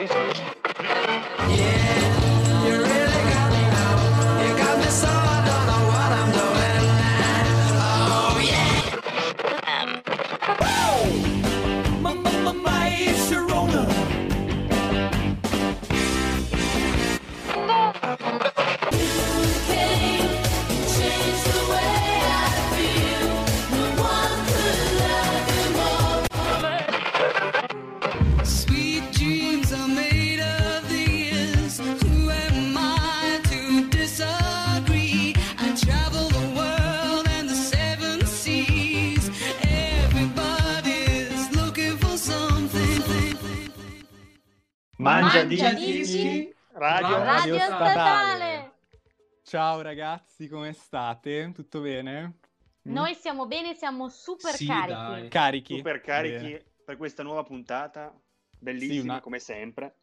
Mangia dischi, Radio Statale. Ciao ragazzi, come state? Tutto bene? Noi siamo bene, siamo super Sì, carichi. dai. Carichi? Super carichi Bene. per questa nuova puntata, bellissima come sempre.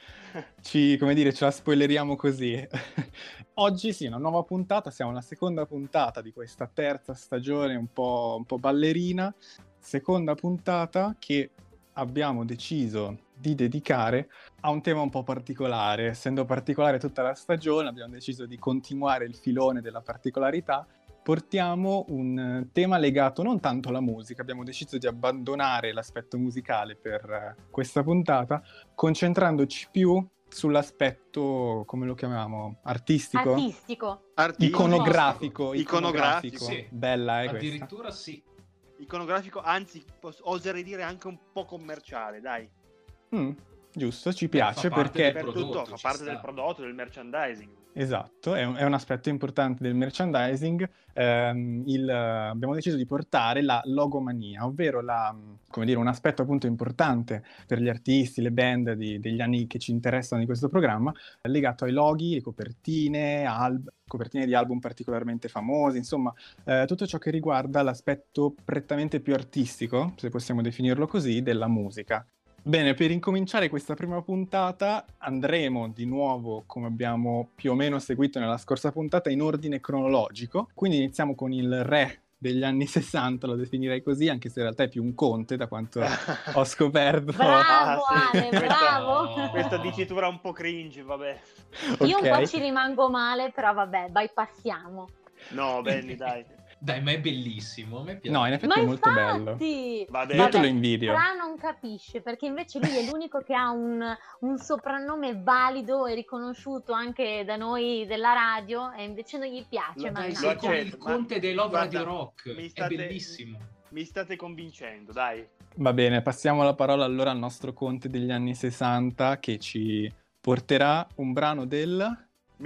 Ce la spoileriamo così. Oggi sì, una nuova puntata, siamo alla seconda puntata di questa terza stagione un po' ballerina, seconda puntata che abbiamo deciso di dedicare a un tema un po' particolare. Essendo particolare tutta la stagione, abbiamo deciso di continuare il filone della particolarità. Portiamo un tema legato non tanto alla musica, abbiamo deciso di abbandonare l'aspetto musicale per questa puntata, concentrandoci più sull'aspetto, come lo chiamiamo, artistico? Iconografico. Sì. Bella, questa. Addirittura sì. Iconografico, anzi, oserei dire anche un po' commerciale, dai. Giusto, ci piace fa parte perché... Per prodotto, tutto, fa ci parte sta. del prodotto, del merchandising. Esatto, è un aspetto importante del merchandising. Abbiamo deciso di portare la logomania, ovvero un aspetto appunto importante per gli artisti, le band degli anni che ci interessano di questo programma, legato ai loghi, le copertine di album particolarmente famosi, insomma, tutto ciò che riguarda l'aspetto prettamente più artistico, se possiamo definirlo così, della musica. Bene, per incominciare questa prima puntata andremo di nuovo, come abbiamo più o meno seguito nella scorsa puntata, in ordine cronologico. Quindi iniziamo con il re degli anni 60, lo definirei così, anche se in realtà è più un conte, da quanto ho scoperto. Bravo sì. Ale, bravo! Questa dicitura un po' cringe, vabbè. Io un Ok. po' ci rimango male, però vabbè, bypassiamo. No, Benny, dai. Dai, ma è bellissimo, a me piace. No, in effetti Ma è molto bello. infatti! Vabbè. Io te lo invidio. Fra non capisce, perché invece lui è l'unico che ha un soprannome valido e riconosciuto anche da noi della radio, e invece non gli piace, Dai, Lo sei mannaggia. come accetto, il conte dei Love guarda, Radio Rock, è bellissimo. Mi state convincendo, dai. Va bene, passiamo la parola allora al nostro conte degli anni 60 che ci porterà un brano del...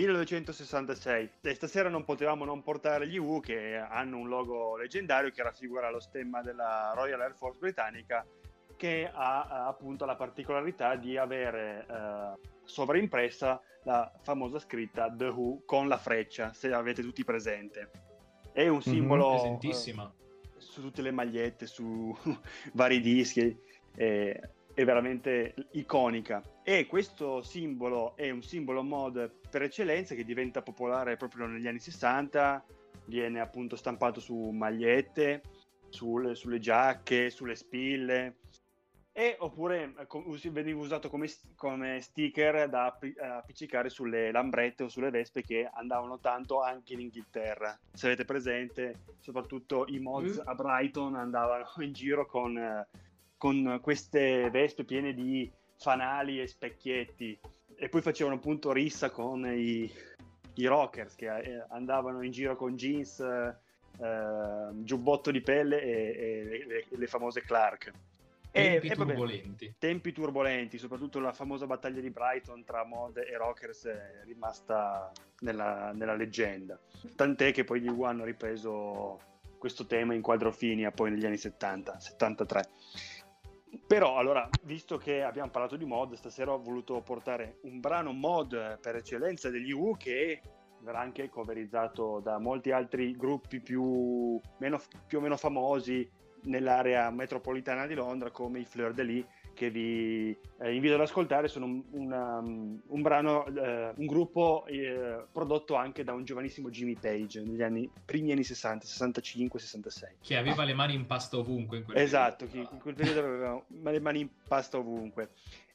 1966. E stasera non potevamo non portare gli Who, che hanno un logo leggendario che raffigura lo stemma della Royal Air Force britannica, che ha appunto la particolarità di avere sovraimpressa la famosa scritta The Who con la freccia, se avete tutti presente. È un simbolo Presentissima. su tutte le magliette, su vari dischi, è veramente iconica. E questo simbolo è un simbolo mod per eccellenza che diventa popolare proprio negli anni 60, viene appunto stampato su magliette, sulle giacche, sulle spille, e oppure veniva usato come sticker da appiccicare sulle lambrette o sulle vespe che andavano tanto anche in Inghilterra. Se avete presente, soprattutto i mods a Brighton andavano in giro con queste vespe piene di fanali e specchietti, e poi facevano appunto rissa con i rockers che andavano in giro con jeans, giubbotto di pelle e le famose Clark. Tempi vabbè, turbolenti. tempi turbolenti, soprattutto la famosa battaglia di Brighton tra mod e rockers è rimasta nella leggenda, tant'è che poi gli Who hanno ripreso questo tema in quadrofinia poi negli anni 70, 73. Però allora, visto che abbiamo parlato di mod, stasera ho voluto portare un brano mod per eccellenza degli Who, che verrà anche coverizzato da molti altri gruppi più o meno famosi nell'area metropolitana di Londra, come i Fleur de Lis, che vi invito ad ascoltare. Sono un brano, un gruppo prodotto anche da un giovanissimo Jimmy Page negli primi anni 60, 65, 66. Che aveva le mani in pasta ovunque in quel Esatto, in quel periodo aveva le mani in pasta ovunque.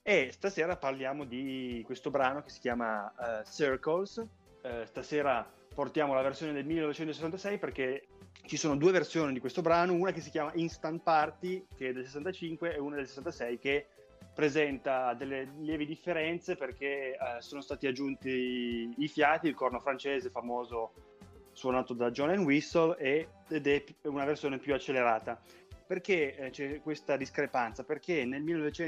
E stasera parliamo di questo brano che si chiama Circles. Stasera portiamo la versione del 1966 perché ci sono due versioni di questo brano, una che si chiama Instant Party, che è del 65, e una del 66 che presenta delle lievi differenze perché sono stati aggiunti i fiati, il corno francese famoso suonato da John Entwistle, ed è una versione più accelerata. Perché c'è questa discrepanza? Perché nel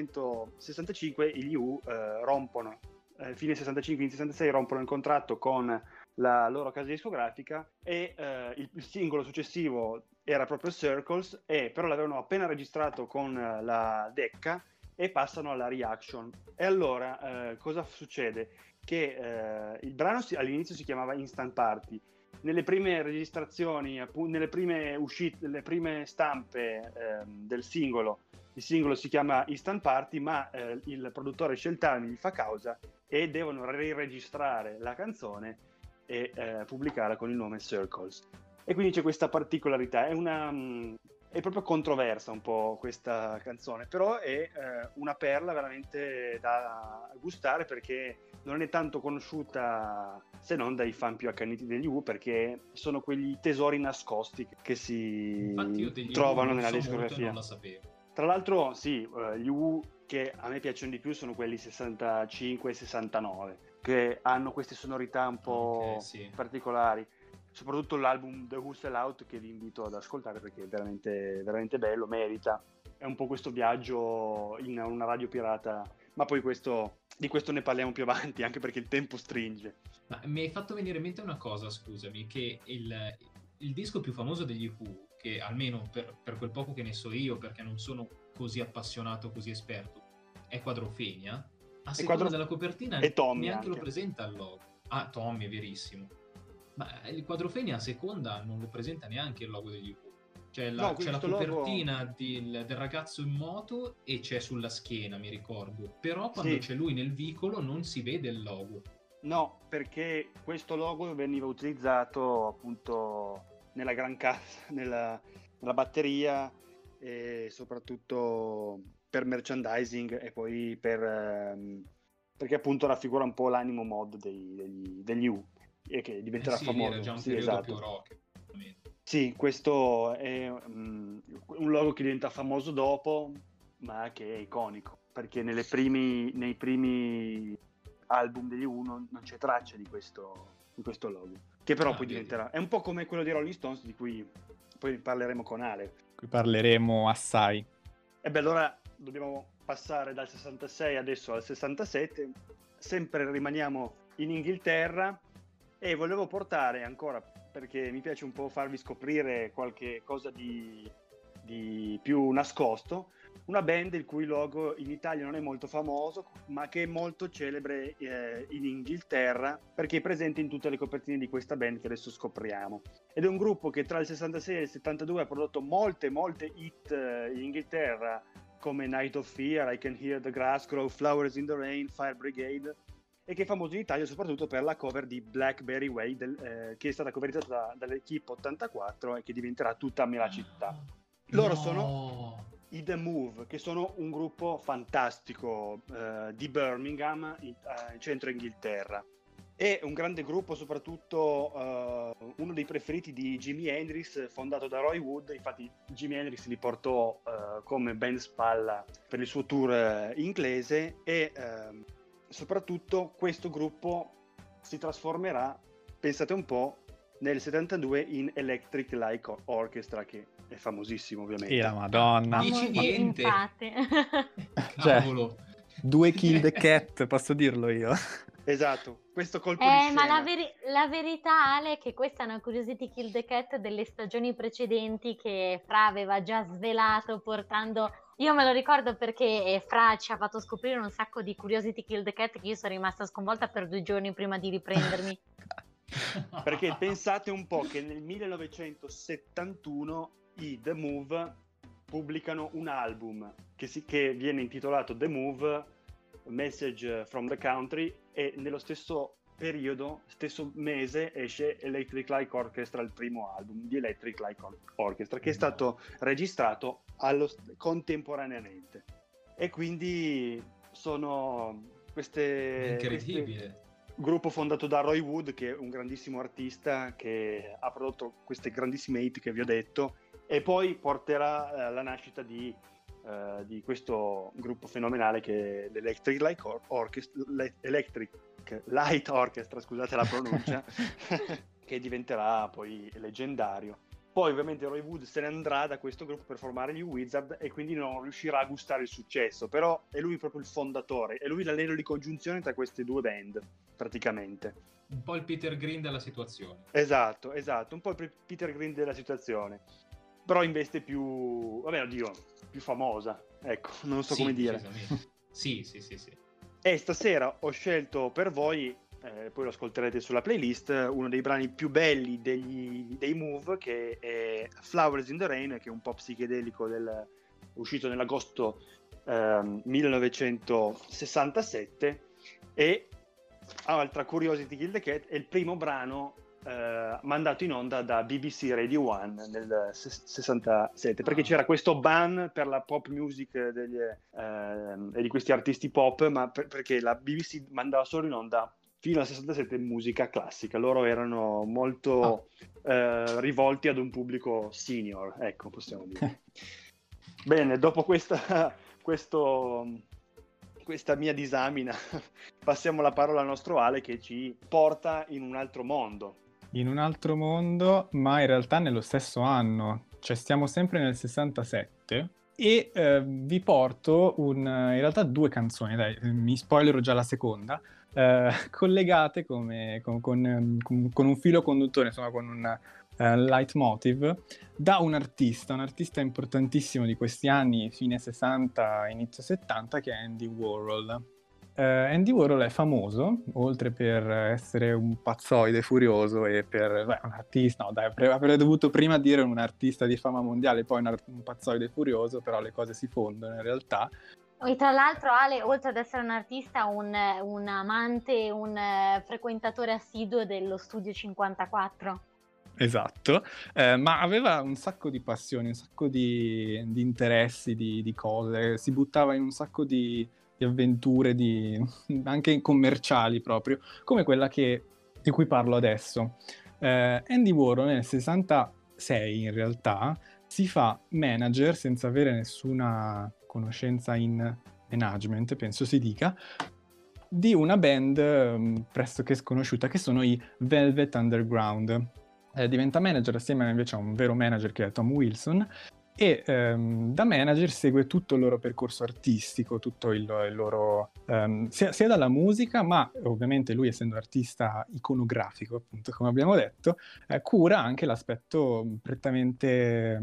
1965 gli U rompono, fine 65, fine 66 rompono il contratto con la loro casa discografica e il singolo successivo era proprio Circles, però l'avevano appena registrato con la Decca e passano alla Reaction. E allora cosa succede? Che il brano all'inizio si chiamava Instant Party. Nelle prime registrazioni, nelle prime uscite, nelle prime stampe del singolo, il singolo si chiama Instant Party, ma il produttore Sceltani gli fa causa e devono riregistrare la canzone e pubblicarla con il nome Circles. E quindi c'è questa particolarità, è proprio controversa un po' questa canzone, però è una perla veramente da gustare perché non è tanto conosciuta se non dai fan più accaniti degli U, perché sono quegli tesori nascosti che si trovano nella discografia. Non la sapevo. Tra l'altro sì, gli U che a me piacciono di più sono quelli 65 e 69, che hanno queste sonorità un po' particolari. Soprattutto l'album The Who Sell Out, che vi invito ad ascoltare perché è veramente, veramente bello, merita. È un po' questo viaggio in una radio pirata, ma poi di questo ne parliamo più avanti, anche perché il tempo stringe. Ma mi hai fatto venire in mente una cosa, scusami, che il disco più famoso degli Who, che almeno per quel poco che ne so io, perché non sono così appassionato, così esperto, è Quadrophenia. A seconda della copertina neanche anche lo presenta il logo. Ah, Tommy, è verissimo. Ma il Quadrophenia a seconda non lo presenta neanche il logo degli U. C'è la copertina del ragazzo in moto e c'è sulla schiena, mi ricordo. Però quando c'è lui nel vicolo non si vede il logo. No, perché questo logo veniva utilizzato appunto nella gran cassa, nella batteria e soprattutto per merchandising e poi perché appunto raffigura un po' l'animo mod degli U. E che diventerà famoso. Era già un periodo più rock. Sì, questo è un logo che diventa famoso dopo, ma che è iconico, perché nei primi album degli U non c'è traccia di questo logo, che però poi diventerà. È un po' come quello di Rolling Stones, di cui poi parleremo con Ale. Qui parleremo assai. E beh, allora dobbiamo passare dal 66 adesso al 67, sempre rimaniamo in Inghilterra. E volevo portare ancora, perché mi piace un po' farvi scoprire qualche cosa di più nascosto, una band il cui logo in Italia non è molto famoso, ma che è molto celebre in Inghilterra, perché è presente in tutte le copertine di questa band che adesso scopriamo. Ed è un gruppo che tra il 66 e il 72 ha prodotto molte hit in Inghilterra, come Night of Fear, I Can Hear the Grass Grow, Flowers in the Rain, Fire Brigade, e che è famoso in Italia soprattutto per la cover di Blackberry Way, che è stata coverizzata dall'Equipe 84 e che diventerà Tutta me la città. Loro sono i The Move, che sono un gruppo fantastico di Birmingham, in centro Inghilterra. È un grande gruppo, soprattutto uno dei preferiti di Jimi Hendrix, fondato da Roy Wood. Infatti Jimi Hendrix li portò come band spalla per il suo tour inglese e soprattutto questo gruppo si trasformerà, pensate un po', nel 72 in Electric Light Orchestra, che è famosissimo ovviamente. E la Madonna. Dici niente. Cavolo. 2 Kill the Cat, posso dirlo io. Esatto, questo colpo di scena. Ma la verità, Ale, è che questa è una Curiosity Kill the Cat delle stagioni precedenti che Fra aveva già svelato portando... Io me lo ricordo perché Fra ci ha fatto scoprire un sacco di Curiosity Kill the Cat che io sono rimasta sconvolta per 2 giorni prima di riprendermi. Perché pensate un po' che nel 1971 i The Move pubblicano un album che viene intitolato The Move, Message from the Country, e nello stesso periodo, stesso mese, esce Electric Light Orchestra, il primo album di Electric Light Orchestra, che è stato registrato contemporaneamente. E quindi sono queste incredibile. Gruppo fondato da Roy Wood, che è un grandissimo artista che ha prodotto queste grandissime hit che vi ho detto, e poi porterà alla nascita di questo gruppo fenomenale che è l'Electric Light Orchestra, scusate la pronuncia, che diventerà poi leggendario. Poi ovviamente Roy Wood se ne andrà da questo gruppo per formare gli Wizard e quindi non riuscirà a gustare il successo, però è lui proprio il fondatore, è lui l'anello di congiunzione tra queste due band, praticamente. Un po' il Peter Green della situazione. Esatto, un po' il Peter Green della situazione, però in veste più, più famosa, ecco, non so come dire. Sì. E stasera ho scelto per voi, poi lo ascolterete sulla playlist, uno dei brani più belli dei Move, che è Flowers in the Rain, che è un po' psichedelico uscito nell'agosto 1967, e altra curiosity Kill the Cat, è il primo brano mandato in onda da BBC Radio 1 nel 67, perché c'era questo ban per la pop music e di questi artisti pop, ma perché la BBC mandava solo in onda fino al 67 musica classica. Loro erano molto rivolti ad un pubblico senior, ecco, possiamo dire. Bene, dopo questa mia disamina passiamo la parola al nostro Ale, che ci porta in un altro mondo. In un altro mondo, ma in realtà nello stesso anno, cioè stiamo sempre nel 67, e vi porto in realtà due canzoni, dai, mi spoilerò già la seconda, collegate con un filo conduttore, insomma con un leitmotiv, da un artista importantissimo di questi anni, fine 60, inizio 70, che è Andy Warhol. Andy Warhol è famoso, oltre per essere un pazzoide furioso e per un artista, no dai, avrei dovuto prima dire un artista di fama mondiale, poi un pazzoide furioso, però le cose si fondono in realtà. E tra l'altro Ale, oltre ad essere un artista, un amante, un frequentatore assiduo dello Studio 54. Esatto, ma aveva un sacco di passioni, un sacco di interessi, di cose, si buttava in un sacco di avventure, anche commerciali proprio, come quella di cui parlo adesso. Andy Warhol nel 66 in realtà si fa manager senza avere nessuna conoscenza in management, penso si dica, di una band pressoché sconosciuta che sono i Velvet Underground. Diventa manager assieme invece a un vero manager che è Tom Wilson, e da manager segue tutto il loro percorso artistico, tutto il loro sia dalla musica, ma ovviamente lui, essendo artista iconografico, appunto, come abbiamo detto, cura anche l'aspetto prettamente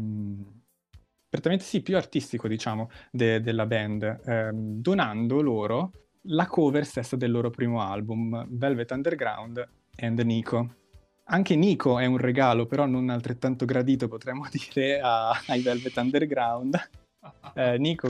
sì, più artistico, diciamo, della band, donando loro la cover stessa del loro primo album, Velvet Underground and Nico. Anche Nico è un regalo, però non altrettanto gradito, potremmo dire, ai Velvet Underground. Nico,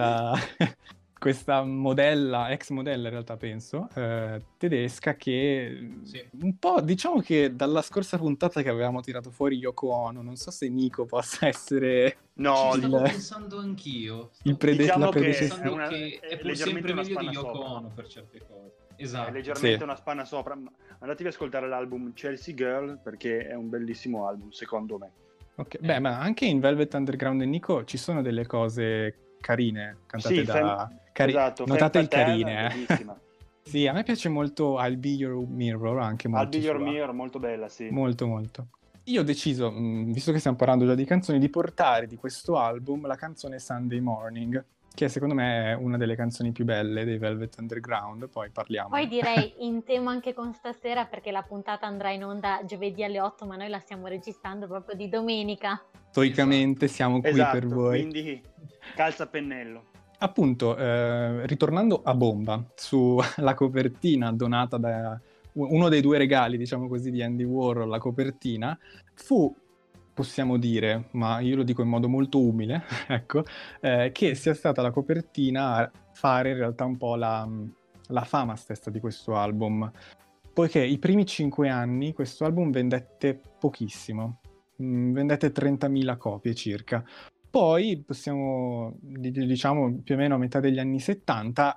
questa modella, ex modella in realtà penso, tedesca, che sì, un po', diciamo che dalla scorsa puntata che avevamo tirato fuori Yoko Ono, non so se Nico possa essere... No, ci stavo pensando anch'io. Diciamo che è pur sempre meglio di Yoko Ono per certe cose. Esatto. È leggermente una spanna sopra. Andatevi ad ascoltare l'album Chelsea Girl, perché è un bellissimo album, secondo me. Ok, beh, ma anche in Velvet Underground e Nico ci sono delle cose carine, cantate esatto, notate il carine, Sì, a me piace molto I'll Be Your Mirror, anche molto I'll Be Your Mirror, molto bella, sì. Molto, molto. Io ho deciso, visto che stiamo parlando già di canzoni, di portare di questo album la canzone Sunday Morning, che secondo me è una delle canzoni più belle dei Velvet Underground, poi parliamo. Poi direi in tema anche con stasera, perché la puntata andrà in onda giovedì alle 8, ma noi la stiamo registrando proprio di domenica. Stoicamente siamo qui per voi. Quindi calza a pennello. Appunto, ritornando a bomba sulla copertina donata da uno dei due regali, diciamo così, di Andy Warhol, la copertina, fu, possiamo dire, ma io lo dico in modo molto umile, ecco, che sia stata la copertina a fare in realtà un po' la fama stessa di questo album, poiché i primi 5 anni questo album vendette pochissimo, vendette 30.000 copie circa. Poi possiamo, diciamo, più o meno a metà degli anni 70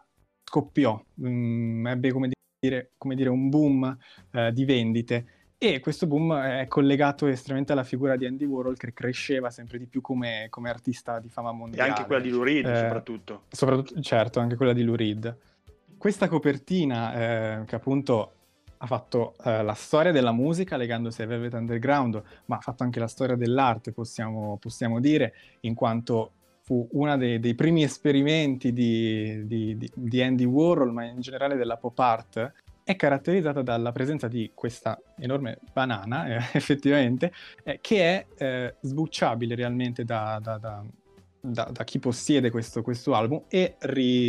scoppiò, ebbe come dire un boom di vendite, e questo boom è collegato estremamente alla figura di Andy Warhol, che cresceva sempre di più come artista di fama mondiale. E anche quella di Lou Reed, soprattutto. Certo, anche quella di Lou Reed. Questa copertina che appunto ha fatto la storia della musica legandosi ai Velvet Underground, ma ha fatto anche la storia dell'arte, possiamo dire, in quanto fu uno dei primi esperimenti di Andy Warhol, ma in generale della pop art. È caratterizzata dalla presenza di questa enorme banana, effettivamente, che è sbucciabile realmente da chi possiede questo album, e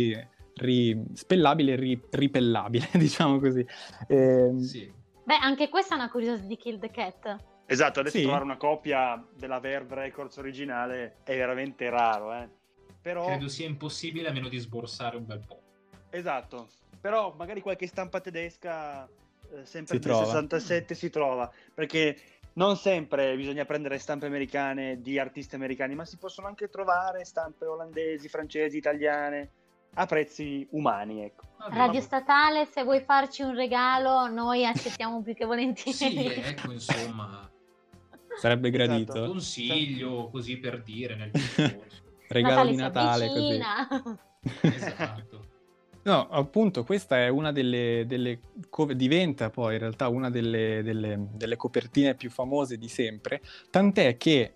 spellabile e ripellabile, diciamo così. Sì. Beh, anche questa è una curiosità di Kill the Cat. Esatto, adesso trovare una copia della Verve Records originale è veramente raro, Però... credo sia impossibile a meno di sborsare un bel po'. Esatto, però magari qualche stampa tedesca sempre del 67 si trova, perché non sempre bisogna prendere stampe americane di artisti americani, ma si possono anche trovare stampe olandesi, francesi, italiane, a prezzi umani, ecco. Radio Statale, se vuoi farci un regalo, noi accettiamo più che volentieri. Sì, ecco, insomma, sarebbe gradito. Esatto. Consiglio, così per dire, nel discorso. Regalo di Natale, così. Esatto. No, appunto, questa è una delle diventa poi in realtà una delle copertine più famose di sempre, tant'è che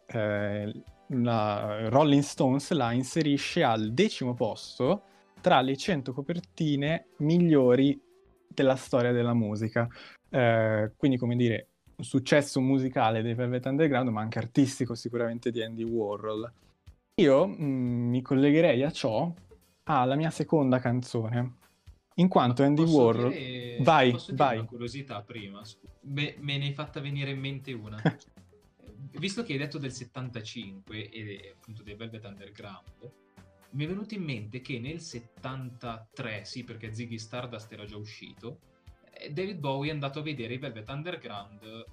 la Rolling Stones la inserisce al 10° posto tra le 100 copertine migliori della storia della musica. Quindi, come dire, un successo musicale dei Velvet Underground, ma anche artistico sicuramente di Andy Warhol. Io mi collegherei a ciò alla mia seconda canzone, in quanto Andy Warhol... Vai. Una curiosità prima, me ne hai fatta venire in mente una. Visto che hai detto del 75 e appunto dei Velvet Underground, mi è venuto in mente che nel 73, sì, perché Ziggy Stardust era già uscito, David Bowie è andato a vedere i Velvet Underground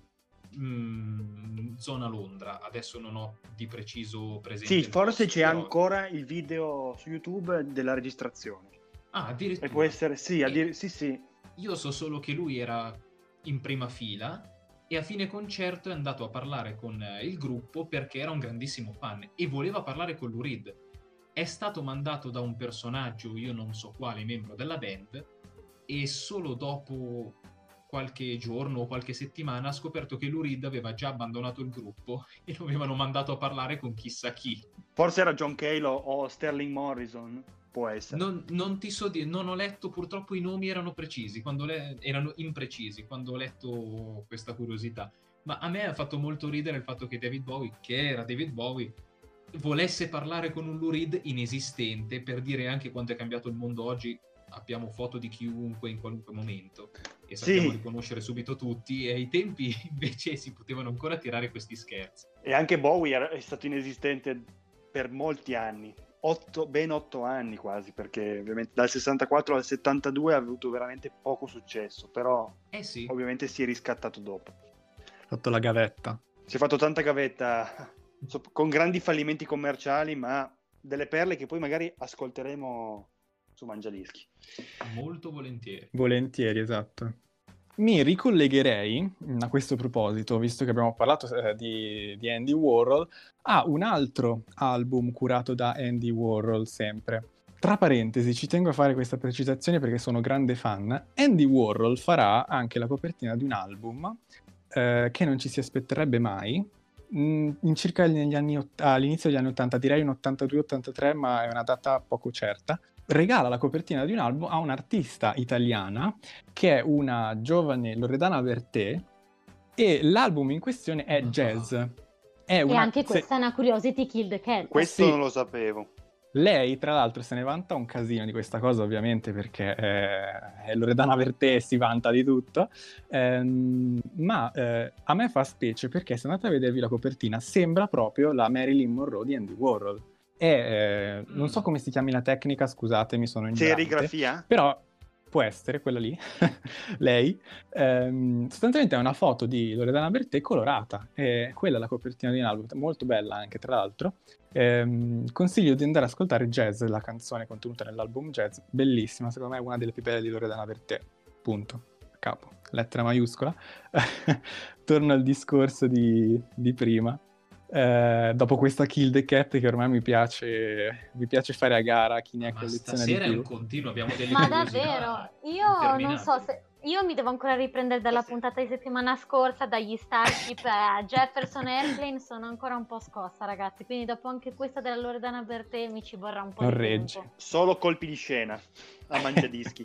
zona Londra. Adesso non ho di preciso presente. Sì, forse c'è ancora il video su YouTube della registrazione. Ah, addirittura. E può essere, sì. Io so solo che lui era in prima fila e a fine concerto è andato a parlare con il gruppo perché era un grandissimo fan e voleva parlare con Lou Reed. È stato mandato da un personaggio, io non so quale membro della band, e solo dopo qualche giorno o qualche settimana ha scoperto che Lou Reed aveva già abbandonato il gruppo e lo avevano mandato a parlare con chissà chi. Forse era John Cale o Sterling Morrison, può essere. Non ti so dire, non ho letto, purtroppo i nomi erano precisi, erano imprecisi quando ho letto questa curiosità. Ma a me ha fatto molto ridere il fatto che David Bowie, che era David Bowie, volesse parlare con un Lou Reed inesistente, per dire anche quanto è cambiato il mondo oggi. Abbiamo foto di chiunque in qualunque momento e sappiamo riconoscere subito tutti, e ai tempi invece si potevano ancora tirare questi scherzi. E anche Bowie è stato inesistente per molti anni, ben 8 anni quasi, perché ovviamente dal 64 al 72 ha avuto veramente poco successo, però sì. Ovviamente si è riscattato dopo. Ha fatto la gavetta. Si è fatto tanta gavetta con grandi fallimenti commerciali, ma delle perle che poi magari ascolteremo su Mangiadischi. Molto volentieri. Volentieri, esatto. Mi ricollegherei a questo proposito, visto che abbiamo parlato di Andy Warhol, a un altro album curato da Andy Warhol sempre. Tra parentesi, ci tengo a fare questa precisazione perché sono grande fan. Andy Warhol farà anche la copertina di un album che non ci si aspetterebbe mai, in circa all'inizio degli anni 80, direi un 82-83, ma è una data poco certa. Regala la copertina di un album a un'artista italiana che è una giovane Loredana Bertè, e l'album in questione è jazz. E anche questa è una curiosity Kill the Cat. Questo non lo sapevo. Lei, tra l'altro, se ne vanta un casino di questa cosa, ovviamente, perché è Loredana Bertè e si vanta di tutto, ma a me fa specie perché se andate a vedervi la copertina sembra proprio la Marilyn Monroe di Andy Warhol. Non so come si chiami la tecnica, scusatemi, sono ignorante. Serigrafia? Però può essere quella lì, lei, sostanzialmente è una foto di Loredana Bertè colorata, e quella è la copertina di un album, molto bella anche tra l'altro. Consiglio di andare ad ascoltare Jazz, la canzone contenuta nell'album Jazz, bellissima, secondo me è una delle più belle di Loredana Bertè, punto, a capo, lettera maiuscola. Torno al discorso di prima. Dopo questa Kill the Cat che ormai mi piace fare a gara chi ne ha collezione di stasera più. è un continuo, abbiamo delle Ma curiosità davvero, io non so se... Io mi devo ancora riprendere dalla puntata di settimana scorsa, dagli Starship a Jefferson Airplane, sono ancora un po' scossa, ragazzi, quindi dopo anche questa della Loredana Bertè mi ci vorrà un po' Non di regge. tempo. Solo colpi di scena a mangiadischi.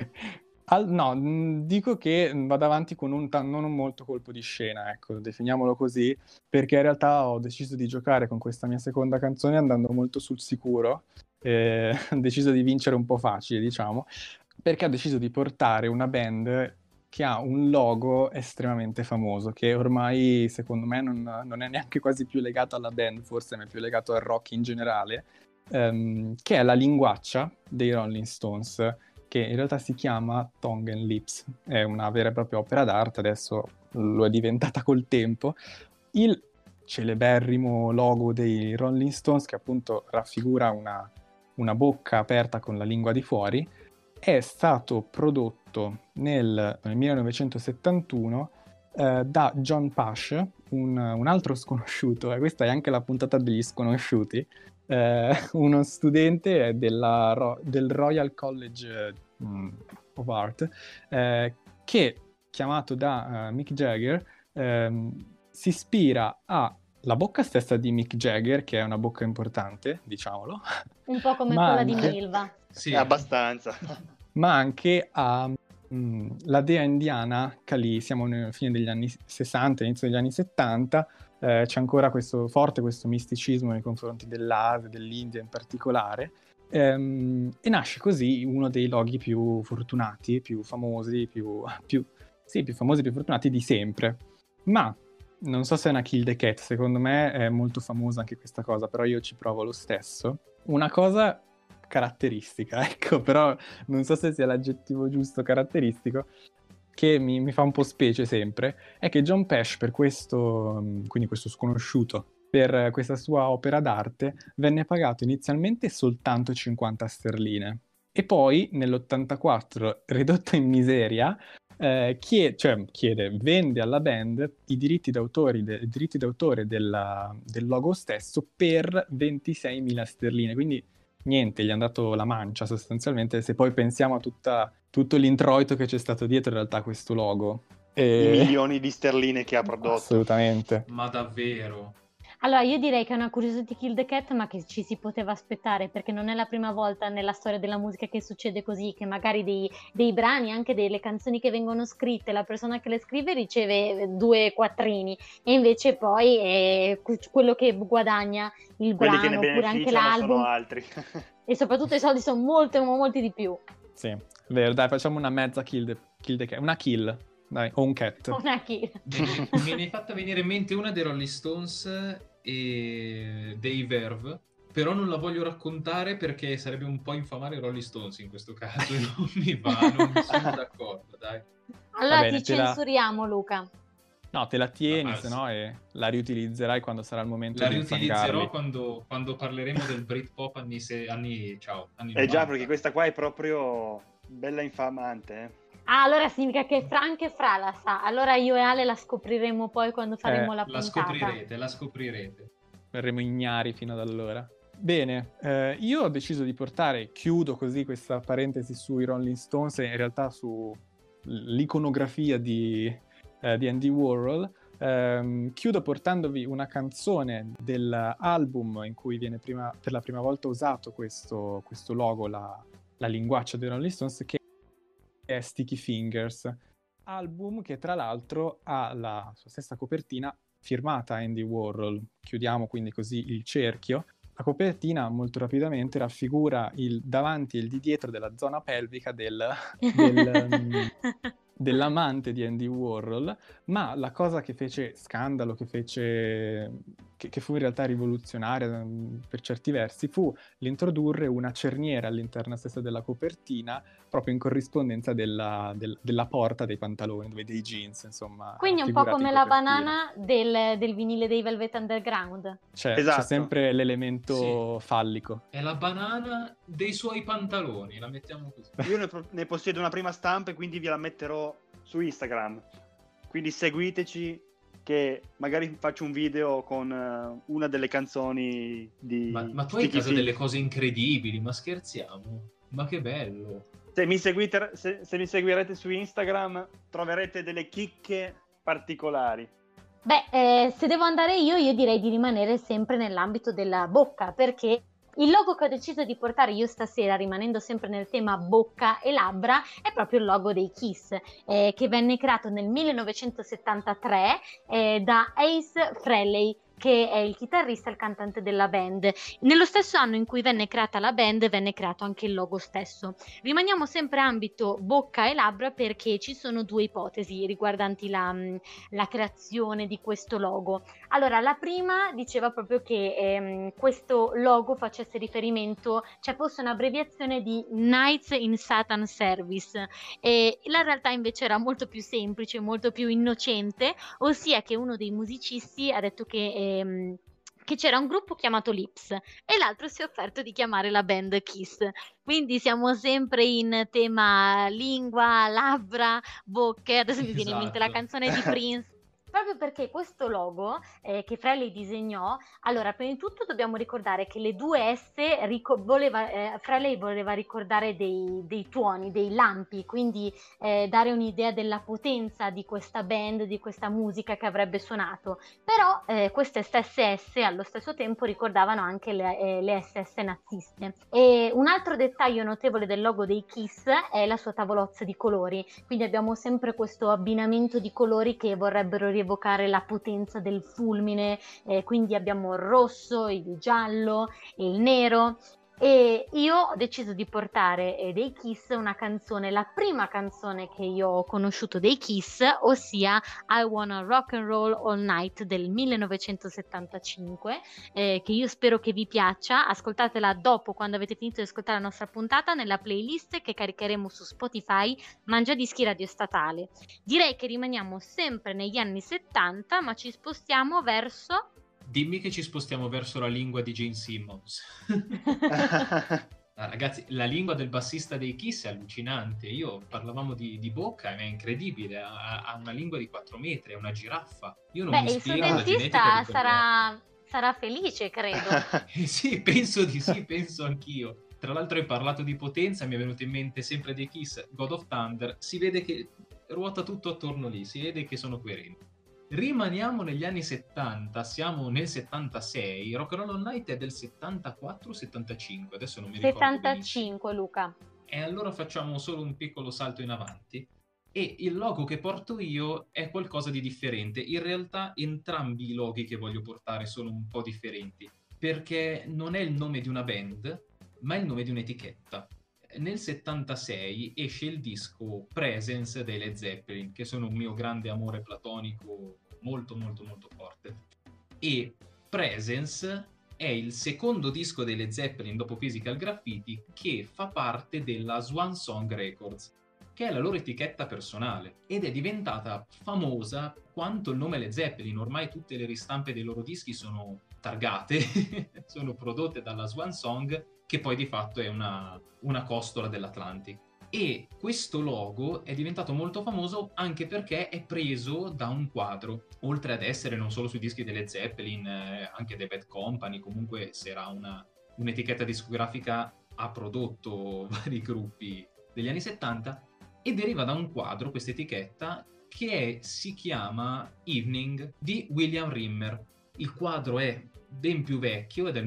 No, dico che vado avanti con non un molto colpo di scena, ecco, definiamolo così, perché in realtà ho deciso di giocare con questa mia seconda canzone andando molto sul sicuro, ho deciso di vincere un po' facile, diciamo, perché ho deciso di portare una band che ha un logo estremamente famoso, che ormai secondo me non è neanche quasi più legato alla band, forse ma è più legato al rock in generale, che è la linguaccia dei Rolling Stones, che in realtà si chiama Tongue and Lips, è una vera e propria opera d'arte, adesso lo è diventata col tempo. Il celeberrimo logo dei Rolling Stones, che appunto raffigura una bocca aperta con la lingua di fuori, è stato prodotto nel 1971 da John Pash, un altro sconosciuto, e questa è anche la puntata degli sconosciuti, uno studente del Royal College of Art, che, chiamato da Mick Jagger, si ispira alla bocca stessa di Mick Jagger, che è una bocca importante, diciamolo. Un po' come quella di Milva. Sì, abbastanza. Ma anche la dea indiana Kali. Siamo nella fine degli anni 60, inizio degli anni 70, c'è ancora questo misticismo nei confronti dell'Asia, dell'India in particolare, e nasce così uno dei loghi più fortunati, più famosi, più famosi, più fortunati di sempre. Ma non so se è una Kill the Cat, secondo me è molto famosa anche questa cosa, però io ci provo lo stesso. Una cosa caratteristica, ecco, però non so se sia l'aggettivo giusto, caratteristico, che mi fa un po' specie sempre, è che John Pesh, per questo, quindi questo sconosciuto, per questa sua opera d'arte, venne pagato inizialmente soltanto 50 sterline. E poi, nell'84, ridotto in miseria, vende alla band i diritti d'autore del logo stesso per 26.000 sterline. Quindi niente, gli è andato la mancia sostanzialmente, se poi pensiamo a tutto l'introito che c'è stato dietro in realtà a questo logo. I milioni di sterline che ha prodotto. Assolutamente. Ma davvero? Allora, io direi che è una Curiosity Kill the Cat, ma che ci si poteva aspettare, perché non è la prima volta nella storia della musica che succede così, che magari dei brani, anche delle canzoni che vengono scritte, la persona che le scrive riceve 2 quattrini, e invece poi quello che guadagna il quelli brano, oppure anche l'album, sono altri. E soprattutto i soldi sono molti di più. Sì, è vero, dai, facciamo una mezza kill the cat, una kill, dai, o un cat. Una kill. Me ne è fatta venire in mente una dei Rolling Stones e dei Verve, però non la voglio raccontare perché sarebbe un po' infamare i Rolling Stones in questo caso e non mi sono d'accordo, dai. Allora bene, ti censuriamo, Luca. No, te la tieni, se no, e la riutilizzerai quando sarà il momento la di riutilizzerò quando parleremo del Britpop anni 90. Già, perché questa qua è proprio bella infamante, eh. Ah, allora significa che anche Fra la sa. Allora io e Ale la scopriremo poi quando faremo la puntata. La scoprirete. Verremo ignari fino ad allora. Bene, io ho deciso di chiudo così questa parentesi sui Rolling Stones e in realtà su l'iconografia di Andy Warhol. Chiudo portandovi una canzone dell'album in cui viene per la prima volta usato questo logo, la linguaccia dei Rolling Stones, che è Sticky Fingers, album che tra l'altro ha la sua stessa copertina firmata Andy Warhol. Chiudiamo quindi così il cerchio. La copertina molto rapidamente raffigura il davanti e il di dietro della zona pelvica dell'amante di Andy Warhol, ma la cosa che fece scandalo, che che fu in realtà rivoluzionaria per certi versi, fu l'introdurre una cerniera all'interno stessa della copertina, proprio in corrispondenza della porta dei pantaloni, dei jeans, insomma. Quindi un po' come la banana del vinile dei Velvet Underground. C'è sempre l'elemento fallico. È la banana dei suoi pantaloni, la mettiamo così. Io ne possiedo una prima stampa e quindi vi la metterò su Instagram. Quindi seguiteci, che magari faccio un video con una delle canzoni di... Ma tu hai in casa delle cose incredibili, ma scherziamo? Ma che bello! Se mi seguirete su Instagram troverete delle chicche particolari. Beh, se devo andare io direi di rimanere sempre nell'ambito della bocca, perché il logo che ho deciso di portare io stasera, rimanendo sempre nel tema bocca e labbra, è proprio il logo dei Kiss, che venne creato nel 1973 da Ace Frehley, che è il chitarrista e il cantante della band. Nello stesso anno in cui venne creata la band, venne creato anche il logo stesso. Rimaniamo sempre ambito bocca e labbra, perché ci sono due ipotesi riguardanti la creazione di questo logo. Allora, la prima diceva proprio che questo logo facesse riferimento, cioè fosse un'abbreviazione di Knights in Satan Service, e la realtà invece era molto più semplice, molto più innocente, ossia che uno dei musicisti ha detto che c'era un gruppo chiamato Lips e l'altro si è offerto di chiamare la band Kiss. Quindi siamo sempre in tema lingua, labbra, bocche. Adesso mi viene in mente la canzone di Prince. Proprio perché questo logo che Frehley disegnò, allora prima di tutto dobbiamo ricordare che le due S Frehley voleva ricordare dei tuoni, dei lampi, quindi dare un'idea della potenza di questa band, di questa musica che avrebbe suonato. Però queste stesse S allo stesso tempo ricordavano anche le SS naziste. E un altro dettaglio notevole del logo dei Kiss è la sua tavolozza di colori, quindi abbiamo sempre questo abbinamento di colori che vorrebbero evocare la potenza del fulmine, quindi abbiamo il rosso, il giallo, il nero. E io ho deciso di portare dei Kiss una canzone, la prima canzone che io ho conosciuto dei Kiss, ossia I Wanna Rock and Roll All Night del 1975, che io spero che vi piaccia. Ascoltatela dopo, quando avete finito di ascoltare la nostra puntata, nella playlist che caricheremo su Spotify Mangiadischi Radio Statale. Direi che rimaniamo sempre negli anni 70, ma ci spostiamo verso... Dimmi che ci spostiamo verso la lingua di Gene Simmons. Ragazzi, la lingua del bassista dei Kiss è allucinante. Parlavamo di bocca, è incredibile. Ha una lingua di 4 metri, è una giraffa. Io non mi spiego la genetica di sarà felice, credo. Sì, penso di sì, penso anch'io. Tra l'altro hai parlato di potenza, mi è venuto in mente sempre dei Kiss, God of Thunder. Si vede che ruota tutto attorno lì, si vede che sono coerenti. Rimaniamo negli anni 70, siamo nel 76, Rock and Roll All Night è del 74-75, adesso non mi ricordo 75 benissimo. Luca. E allora facciamo solo un piccolo salto in avanti. E il logo che porto io è qualcosa di differente. In realtà entrambi i loghi che voglio portare sono un po' differenti, perché non è il nome di una band, ma è il nome di un'etichetta. Nel 76 esce il disco Presence dei Led Zeppelin, che sono un mio grande amore platonico molto molto molto forte. E Presence è il secondo disco dei Led Zeppelin dopo Physical Graffiti, che fa parte della Swan Song Records, che è la loro etichetta personale, ed è diventata famosa quanto il nome Led Zeppelin. Ormai tutte le ristampe dei loro dischi sono targate, sono prodotte dalla Swan Song, che poi di fatto è una costola dell'Atlantic. E questo logo è diventato molto famoso anche perché è preso da un quadro, oltre ad essere non solo sui dischi delle Zeppelin, anche dei Bad Company. Comunque se era un'etichetta discografica, ha prodotto vari gruppi degli anni 70, e deriva da un quadro, questa etichetta, che si chiama Evening di William Rimmer. Il quadro è ben più vecchio, è del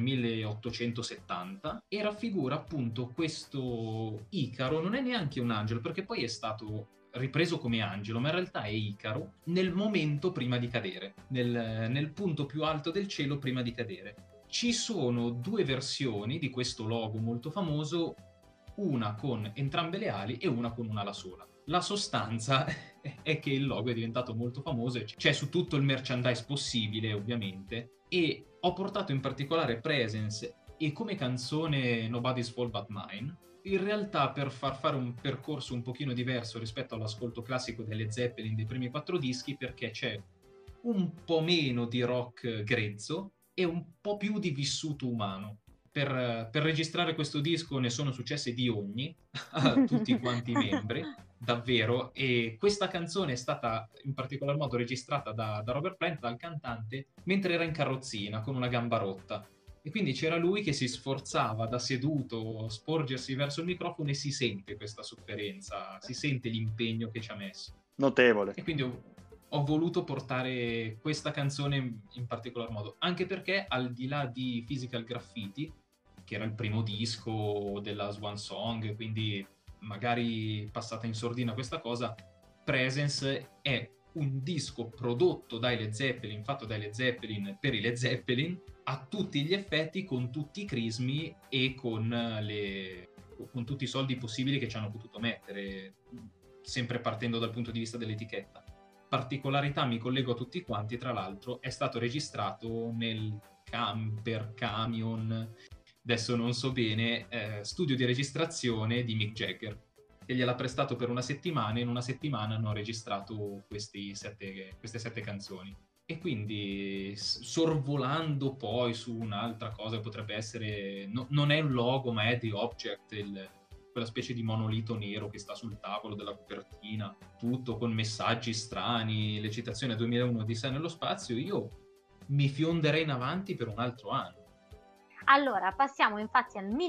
1870, e raffigura appunto questo Icaro. Non è neanche un angelo, perché poi è stato ripreso come angelo, ma in realtà è Icaro nel momento prima di cadere, nel punto più alto del cielo prima di cadere. Ci sono due versioni di questo logo molto famoso, una con entrambe le ali e una con un'ala sola. La sostanza è che il logo è diventato molto famoso, c'è su tutto il merchandise possibile ovviamente, e ho portato in particolare Presence e come canzone Nobody's Fault But Mine, in realtà per far fare un percorso un pochino diverso rispetto all'ascolto classico delle Zeppelin dei primi 4 dischi, perché c'è un po' meno di rock grezzo e un po' più di vissuto umano. Per registrare questo disco ne sono successe di ogni a tutti quanti i membri, davvero, e questa canzone è stata in particolar modo registrata da Robert Plant, dal cantante, mentre era in carrozzina con una gamba rotta. E quindi c'era lui che si sforzava da seduto sporgersi verso il microfono e si sente questa sofferenza, si sente l'impegno che ci ha messo. Notevole. E quindi ho voluto portare questa canzone in particolar modo, anche perché al di là di Physical Graffiti, che era il primo disco della Swan Song, quindi magari passata in sordina questa cosa, Presence è un disco prodotto dai Led Zeppelin, fatto dai Led Zeppelin per i Led Zeppelin, a tutti gli effetti, con tutti i crismi e con tutti i soldi possibili che ci hanno potuto mettere, sempre partendo dal punto di vista dell'etichetta. Particolarità, mi collego a tutti quanti, tra l'altro è stato registrato nel camper, camion, adesso non so bene, studio di registrazione di Mick Jagger, che gliel'ha prestato per una settimana, e in una settimana hanno registrato queste 7 canzoni. E quindi sorvolando poi su un'altra cosa che potrebbe essere, non è un logo ma è The Object, quella specie di monolito nero che sta sul tavolo della copertina, tutto con messaggi strani, le citazioni a 2001 Odissea nello spazio, io mi fionderei in avanti per un altro anno. Allora, passiamo infatti al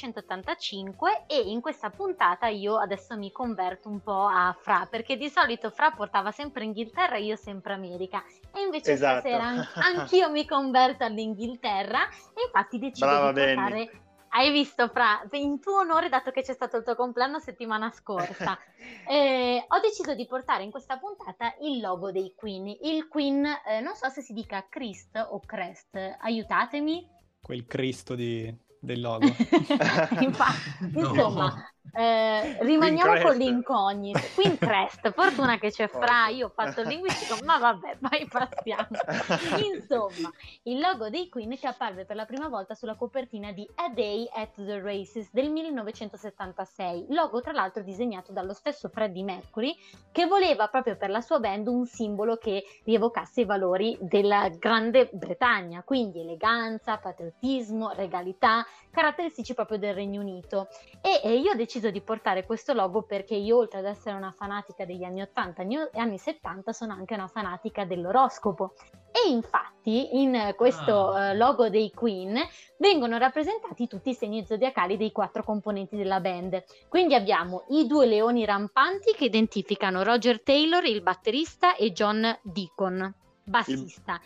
1985 e in questa puntata io adesso mi converto un po' a Fra, perché di solito Fra portava sempre Inghilterra e io sempre America, e invece stasera anch'io mi converto all'Inghilterra e infatti decido di portare... Benny. Hai visto, Fra, in tuo onore, dato che c'è stato il tuo compleanno settimana scorsa, ho deciso di portare in questa puntata il logo dei Queen. Il Queen, non so se si dica Christ o Crest, aiutatemi. Quel Cristo del logo. Infatti, insomma, rimaniamo con l'incognito. Queen Crest, fortuna che c'è Fra, io ho fatto il linguistico, ma vabbè, poi passiamo. Insomma, il logo dei Queen che apparve per la prima volta sulla copertina di A Day at the Races del 1976, logo tra l'altro disegnato dallo stesso Freddie Mercury, che voleva proprio per la sua band un simbolo che rievocasse i valori della Grande Bretagna, quindi eleganza, patriottismo, regalità, caratteristici proprio del Regno Unito. E io ho deciso di portare questo logo perché io, oltre ad essere una fanatica degli anni 80 e anni 70, sono anche una fanatica dell'oroscopo. E infatti in questo logo dei Queen vengono rappresentati tutti i segni zodiacali dei 4 componenti della band. Quindi abbiamo i 2 leoni rampanti che identificano Roger Taylor, il batterista, e John Deacon, bassista.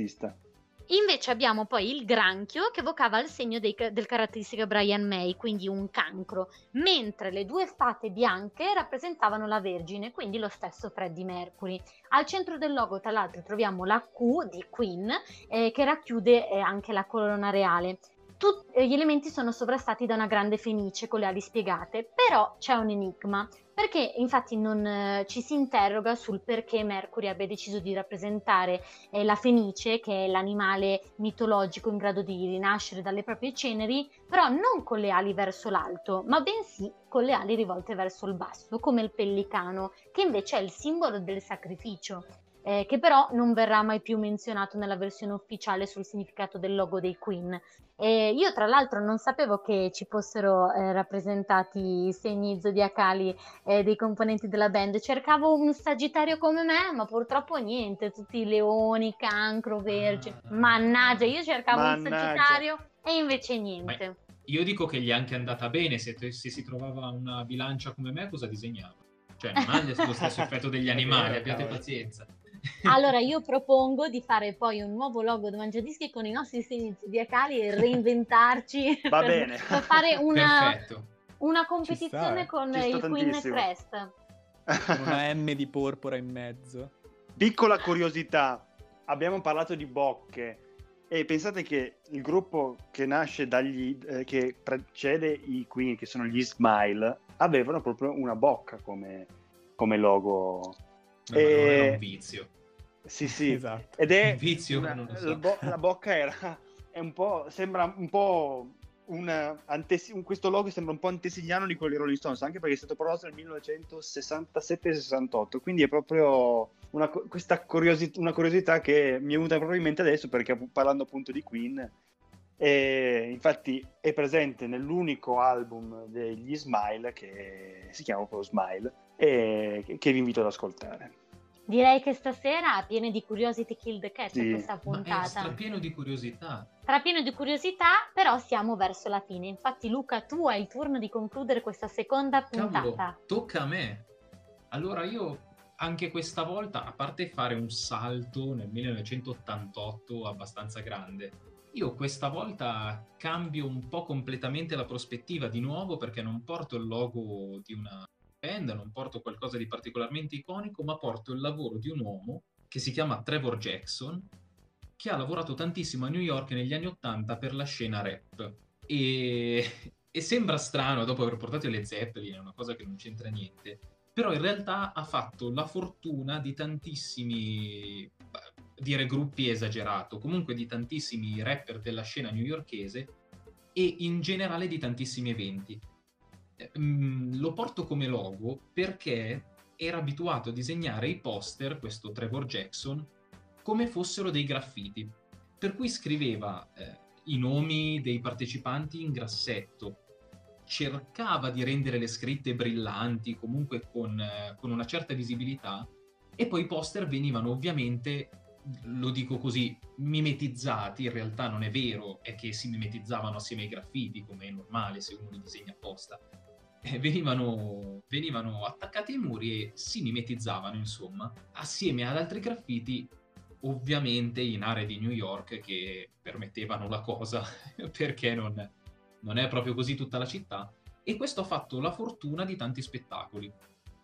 Invece abbiamo poi il granchio che evocava il segno del caratteristico Brian May, quindi un cancro, mentre le 2 fate bianche rappresentavano la Vergine, quindi lo stesso Freddie Mercury. Al centro del logo, tra l'altro, troviamo la Q di Queen, che racchiude anche la corona reale. Tutti gli elementi sono sovrastati da una grande fenice con le ali spiegate, però c'è un enigma, perché infatti non ci si interroga sul perché Mercury abbia deciso di rappresentare la fenice, che è l'animale mitologico in grado di rinascere dalle proprie ceneri, però non con le ali verso l'alto, ma bensì con le ali rivolte verso il basso, come il pellicano, che invece è il simbolo del sacrificio. Che però non verrà mai più menzionato nella versione ufficiale sul significato del logo dei Queen. Io tra l'altro non sapevo che ci fossero rappresentati i segni zodiacali dei componenti della band, cercavo un sagittario come me, ma purtroppo niente, tutti leoni, cancro, vergine, mannaggia, io cercavo un sagittario e invece niente. Ma io dico che gli è anche andata bene, se si trovava una bilancia come me cosa disegnava? Cioè non ha lo stesso effetto degli animali, abbiate pazienza. Allora io propongo di fare poi un nuovo logo di Mangiadischi con i nostri segni zodiacali e reinventarci per fare una competizione con il Queen Crest. Una M di porpora in mezzo. Piccola curiosità, abbiamo parlato di bocche e pensate che il gruppo che nasce che precede i Queen, che sono gli Smile, avevano proprio una bocca come logo. Non era un vizio. Sì. Esatto. Ed è un vizio che non lo so. La bocca sembra un po' questo logo sembra un po' antesignano di quelli Rolling Stones, anche perché è stato prodotto nel 1967-68, quindi è proprio una curiosità che mi è venuta proprio in mente adesso, perché parlando appunto di Queen, e infatti è presente nell'unico album degli Smile che si chiama proprio Smile, e che vi invito ad ascoltare. Direi che stasera, piene di Curiosity Kill the Cat, Sì. questa puntata. Ma è strapieno di curiosità. Strapieno di curiosità, però siamo verso la fine. Infatti, Luca, tu hai il turno di concludere questa seconda puntata. Cavolo, tocca a me. Allora io anche questa volta, a parte fare un salto nel 1988 abbastanza grande, io questa volta cambio un po' completamente la prospettiva di nuovo, perché non porto il logo di una band, non porto qualcosa di particolarmente iconico, ma porto il lavoro di un uomo che si chiama Trevor Jackson, che ha lavorato tantissimo a New York negli anni '80 per la scena rap. E sembra strano dopo aver portato le Zeppelin, è una cosa che non c'entra niente, però in realtà ha fatto la fortuna di tantissimi, dire gruppi è esagerato, comunque di tantissimi rapper della scena newyorkese e in generale di tantissimi eventi. Lo porto come logo perché era abituato a disegnare i poster, questo Trevor Jackson, come fossero dei graffiti, per cui scriveva i nomi dei partecipanti in grassetto, cercava di rendere le scritte brillanti, comunque con una certa visibilità, e poi i poster venivano ovviamente, lo dico così, mimetizzati. In realtà non è vero, è che si mimetizzavano assieme ai graffiti, come è normale se uno li disegna apposta. Venivano attaccati ai muri e si mimetizzavano, insomma, assieme ad altri graffiti, ovviamente in aree di New York che permettevano la cosa, perché non è proprio così tutta la città. E questo ha fatto la fortuna di tanti spettacoli.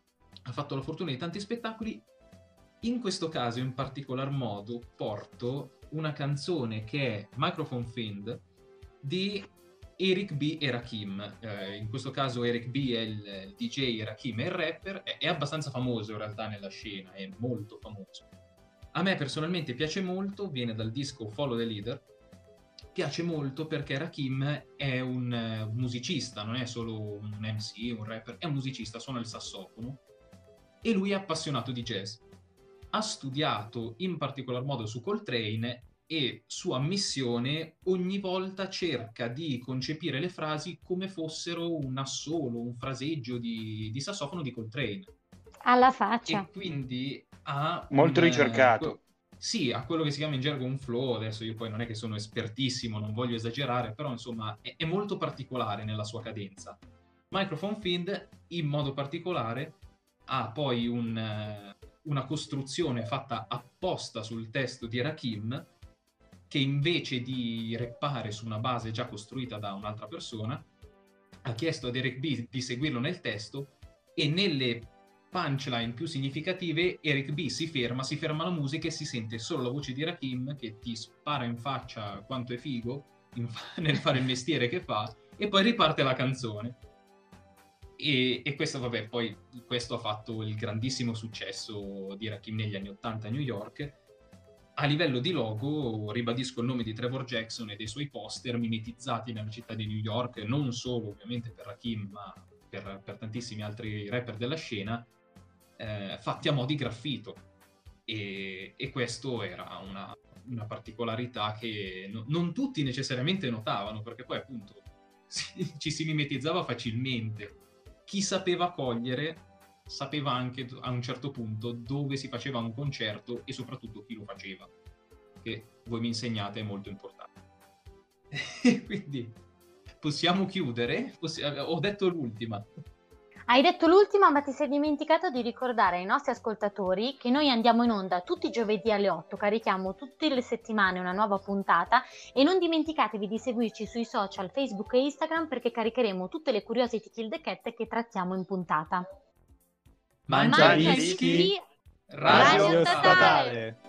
In questo caso, in particolar modo, porto una canzone che è Microphone Fiend di Eric B e Rakim. In questo caso Eric B è il DJ, Rakim è il rapper. È abbastanza famoso in realtà nella scena, è molto famoso. A me personalmente piace molto, viene dal disco Follow the Leader. Piace molto perché Rakim è un musicista, non è solo un MC, un rapper, è un musicista, suona il sassofono e lui è appassionato di jazz. Ha studiato in particolar modo su Coltrane e, sua missione, ogni volta cerca di concepire le frasi come fossero un assolo, un fraseggio di sassofono di Coltrane. Alla faccia. E quindi ha molto ricercato. Sì, ha quello che si chiama in gergo un flow. Adesso io poi non è che sono espertissimo, non voglio esagerare, però insomma è molto particolare nella sua cadenza. Microphone Fiend in modo particolare ha poi una costruzione fatta apposta sul testo di Rakim, che invece di rappare su una base già costruita da un'altra persona ha chiesto ad Eric B di seguirlo nel testo, e nelle punchline più significative Eric B si ferma la musica e si sente solo la voce di Rakim che ti spara in faccia quanto è figo nel fare il mestiere che fa, e poi riparte la canzone. E questo, vabbè, poi questo ha fatto il grandissimo successo di Rakim negli anni '80 a New York. A livello di logo ribadisco il nome di Trevor Jackson e dei suoi poster mimetizzati nella città di New York, non solo ovviamente per Rakim ma per tantissimi altri rapper della scena, fatti a mo' di graffito, e questo era una particolarità che non tutti necessariamente notavano, perché poi appunto ci si mimetizzava facilmente. Chi sapeva cogliere sapeva anche a un certo punto dove si faceva un concerto e soprattutto chi lo faceva, che voi mi insegnate è molto importante. Quindi possiamo chiudere? Ho detto l'ultima. Hai detto l'ultima, ma ti sei dimenticato di ricordare ai nostri ascoltatori che noi andiamo in onda tutti i giovedì alle 8, carichiamo tutte le settimane una nuova puntata, e non dimenticatevi di seguirci sui social Facebook e Instagram, perché caricheremo tutte le Curiosity Kill the Cat che trattiamo in puntata. Mangia dischi, Radio Statale.